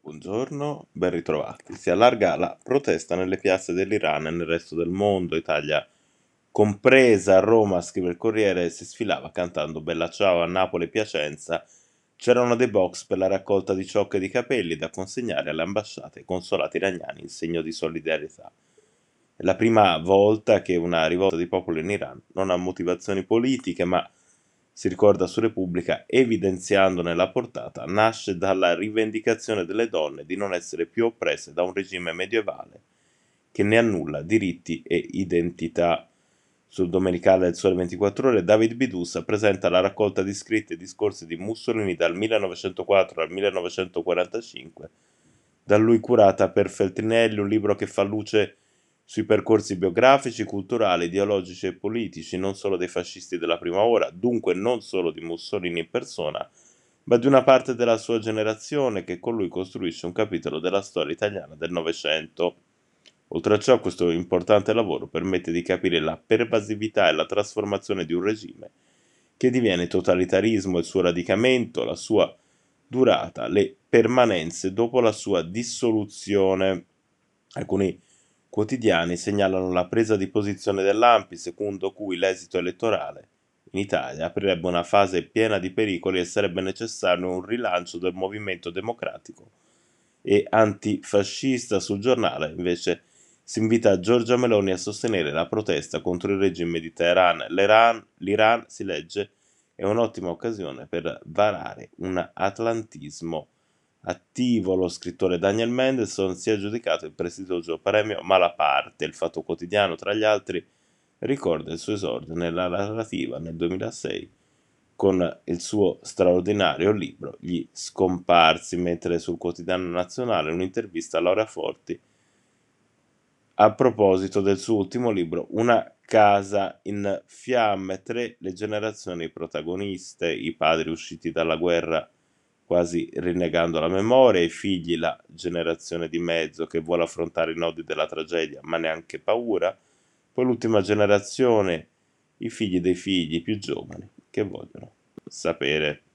Buongiorno, ben ritrovati. Si allarga la protesta nelle piazze dell'Iran e nel resto del mondo, Italia compresa. A Roma, scrive il Corriere, si sfilava cantando Bella Ciao. A Napoli e Piacenza c'erano dei box per la raccolta di ciocche e di capelli da consegnare alle ambasciate e consolati iraniani in segno di solidarietà. È la prima volta che una rivolta di popolo in Iran non ha motivazioni politiche, ma si ricorda su Repubblica, evidenziandone la portata, nasce dalla rivendicazione delle donne di non essere più oppresse da un regime medievale che ne annulla diritti e identità. Sul Domenicale del Sole 24 Ore, David Bidussa presenta la raccolta di scritti e discorsi di Mussolini dal 1904 al 1945, da lui curata per Feltrinelli, un libro che fa luce sui percorsi biografici, culturali, ideologici e politici, non solo dei fascisti della prima ora, dunque non solo di Mussolini in persona, ma di una parte della sua generazione che con lui costruisce un capitolo della storia italiana del Novecento. Oltre a ciò, questo importante lavoro permette di capire la pervasività e la trasformazione di un regime che diviene totalitarismo, il suo radicamento, la sua durata, le permanenze dopo la sua dissoluzione. Alcuni quotidiani segnalano la presa di posizione dell'ANPI, secondo cui l'esito elettorale in Italia aprirebbe una fase piena di pericoli e sarebbe necessario un rilancio del movimento democratico e antifascista. Sul giornale, invece, si invita Giorgia Meloni a sostenere la protesta contro il regime di Teheran. L'Iran, si legge, è un'ottima occasione per varare un atlantismo attivo. Lo scrittore Daniel Mendelsohn si è aggiudicato il prestigioso premio Malaparte. Il Fatto Quotidiano, tra gli altri, ricorda il suo esordio nella narrativa nel 2006 con il suo straordinario libro Gli Scomparsi, mentre sul Quotidiano Nazionale un'intervista a Laura Forti a proposito del suo ultimo libro Una casa in fiamme. 3 le generazioni protagoniste: i padri usciti dalla guerra quasi rinnegando la memoria, i figli, la generazione di mezzo che vuole affrontare i nodi della tragedia ma neanche paura, poi l'ultima generazione, i figli dei figli più giovani che vogliono sapere.